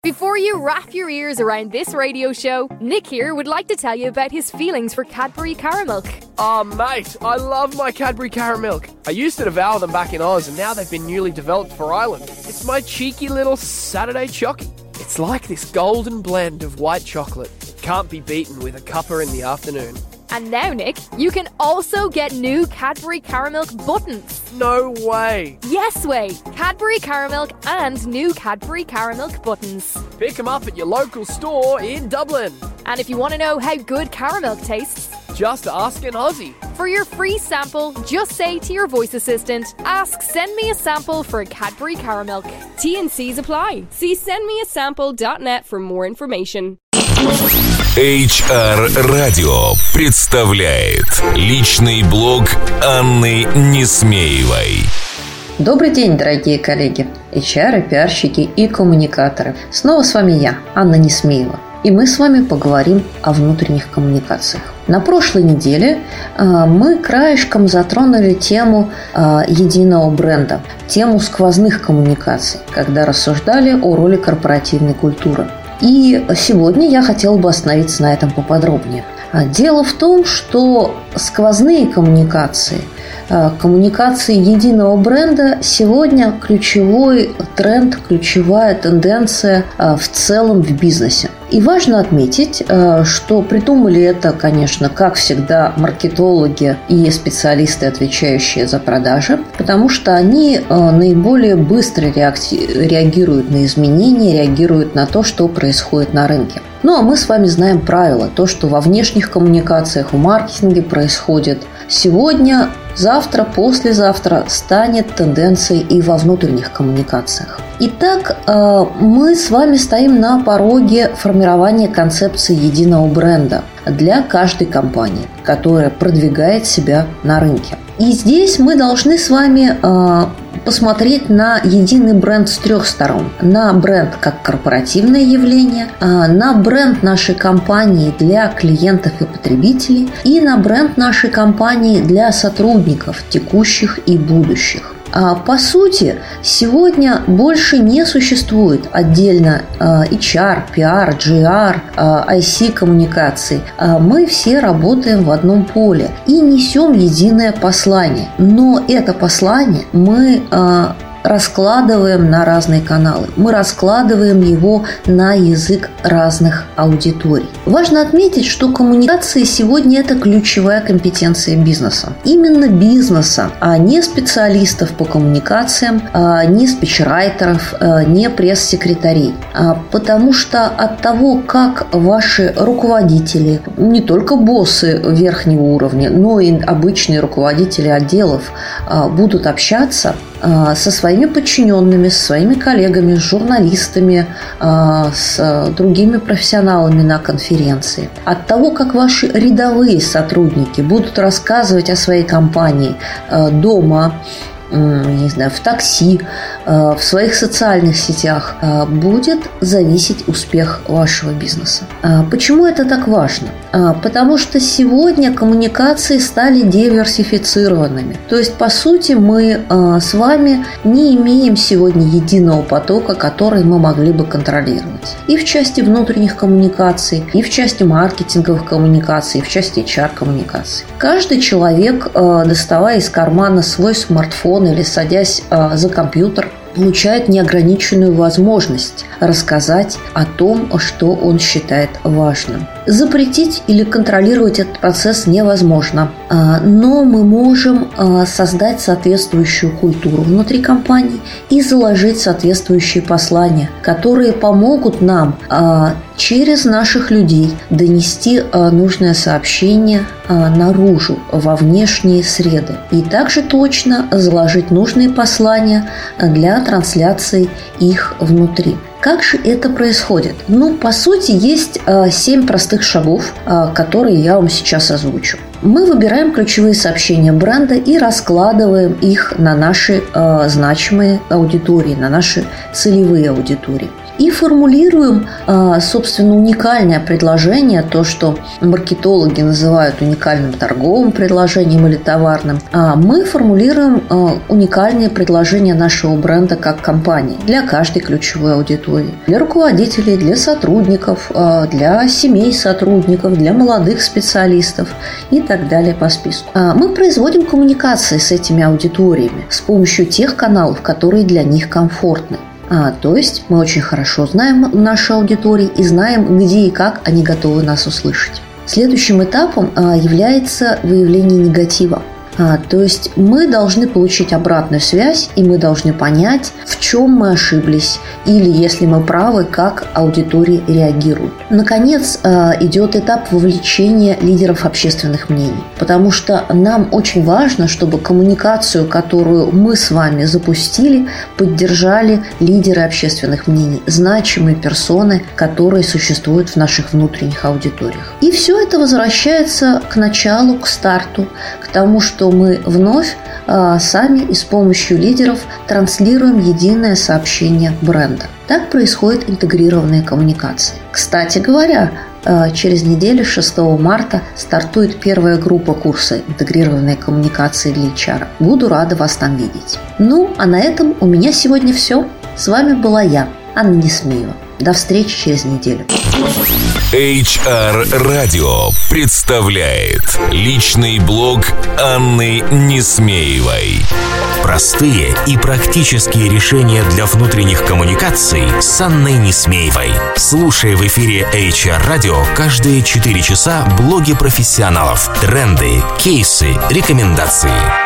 Before you wrap your ears around this radio show, Nick here would like to tell you about his feelings for Cadbury Caramilk. Oh, mate, I love my Cadbury Caramilk. I used to devour them back in Oz, and now they've been newly developed for Ireland. It's my cheeky little Saturday chockie. It's like this golden blend of white chocolate. It can't be beaten with a cuppa in the afternoon. And now, Nick, you can also get new Cadbury Caramilk buttons. No way. Yes way. Cadbury Caramilk and new Cadbury Caramilk buttons. Pick them up at your local store in Dublin. And if you want to know how good caramilk tastes, just ask an Aussie. For your free sample, just say to your voice assistant, ask send me a sample for Cadbury Caramilk. T&Cs apply. See sendmeasample.net for more information. HR Radio представляет личный блог Анны Несмеевой. Добрый день, дорогие коллеги, HR, пиарщики и коммуникаторы. Снова с вами я, Анна Несмеева. И мы с вами поговорим о внутренних коммуникациях. На прошлой неделе мы краешком затронули тему единого бренда, тему сквозных коммуникаций, когда рассуждали о роли корпоративной культуры. И сегодня я хотела бы остановиться на этом поподробнее. Дело в том, что сквозные коммуникации, коммуникации единого бренда сегодня ключевой тренд, ключевая тенденция в целом в бизнесе. И важно отметить, что придумали это, конечно, как всегда, маркетологи и специалисты, отвечающие за продажи, потому что они наиболее быстро реагируют на изменения, реагируют на то, что происходит на рынке. Ну, а мы с вами знаем правила. То, что во внешних коммуникациях, в маркетинге происходит сегодня, завтра, послезавтра, станет тенденцией и во внутренних коммуникациях. Итак, мы с вами стоим на пороге формирования концепции единого бренда для каждой компании, которая продвигает себя на рынке. И здесь мы должны с вами посмотреть на единый бренд с трех сторон. На бренд как корпоративное явление, на бренд нашей компании для клиентов и потребителей и на бренд нашей компании для сотрудников текущих и будущих. По сути, сегодня больше не существует отдельно HR, PR, GR, IC коммуникаций. Мы все работаем в одном поле и несем единое послание. Но это послание мы раскладываем на разные каналы. Мы раскладываем его на язык разных аудиторий. Важно отметить, что коммуникации сегодня – это ключевая компетенция бизнеса. Именно бизнеса, а не специалистов по коммуникациям, не спичрайтеров, не пресс-секретарей. Потому что от того, как ваши руководители, не только боссы верхнего уровня, но и обычные руководители отделов будут общаться со своими подчиненными, со своими коллегами, с журналистами, с другими профессионалами на конференции. От того, как ваши рядовые сотрудники будут рассказывать о своей компании дома, не знаю, в такси, в своих социальных сетях, будет зависеть успех вашего бизнеса. Почему это так важно? Потому что сегодня коммуникации стали диверсифицированными. То есть, по сути, мы с вами не имеем сегодня единого потока, который мы могли бы контролировать. И в части внутренних коммуникаций, и в части маркетинговых коммуникаций, и в части HR-коммуникаций. Каждый человек, доставая из кармана свой смартфон или садясь за компьютер, получает неограниченную возможность рассказать о том, что он считает важным. Запретить или контролировать этот процесс невозможно, но мы можем создать соответствующую культуру внутри компании и заложить соответствующие послания, которые помогут нам через наших людей донести нужное сообщение наружу, во внешние среды. И также точно заложить нужные послания для трансляции их внутри. Как же это происходит? По сути, есть 7 простых шагов, которые я вам сейчас озвучу. Мы выбираем ключевые сообщения бренда и раскладываем их на наши значимые аудитории, на наши целевые аудитории. и формулируем, собственно, уникальное предложение, то, что маркетологи называют уникальным торговым предложением или товарным. Мы формулируем уникальные предложения нашего бренда как компании для каждой ключевой аудитории. Для руководителей, для сотрудников, для семей сотрудников, для молодых специалистов и так далее по списку. Мы производим коммуникации с этими аудиториями с помощью тех каналов, которые для них комфортны. То есть мы очень хорошо знаем нашу аудиторию и знаем, где и как они готовы нас услышать. Следующим этапом является выявление негатива. То есть мы должны получить обратную связь, и мы должны понять, в чем мы ошиблись, или, если мы правы, как аудитория реагирует. Наконец, идет этап вовлечения лидеров общественных мнений, потому что нам очень важно, чтобы коммуникацию, которую мы с вами запустили, поддержали лидеры общественных мнений, значимые персоны, которые существуют в наших внутренних аудиториях. И все это возвращается к началу, к старту, к тому, что мы вновь сами и с помощью лидеров транслируем единое сообщение бренда. Так происходят интегрированные коммуникации. Кстати говоря, через неделю, 6 марта, стартует первая группа курса «Интегрированные коммуникации для HR». Буду рада вас там видеть. А на этом у меня сегодня все. С вами была я, Анна Несмеева. До встречи через неделю. HR Radio представляет личный блог Анны Несмеевой. Простые и практические решения для внутренних коммуникаций с Анной Несмеевой. Слушай в эфире HR Radio каждые 4 часа блоги профессионалов, тренды, кейсы, рекомендации.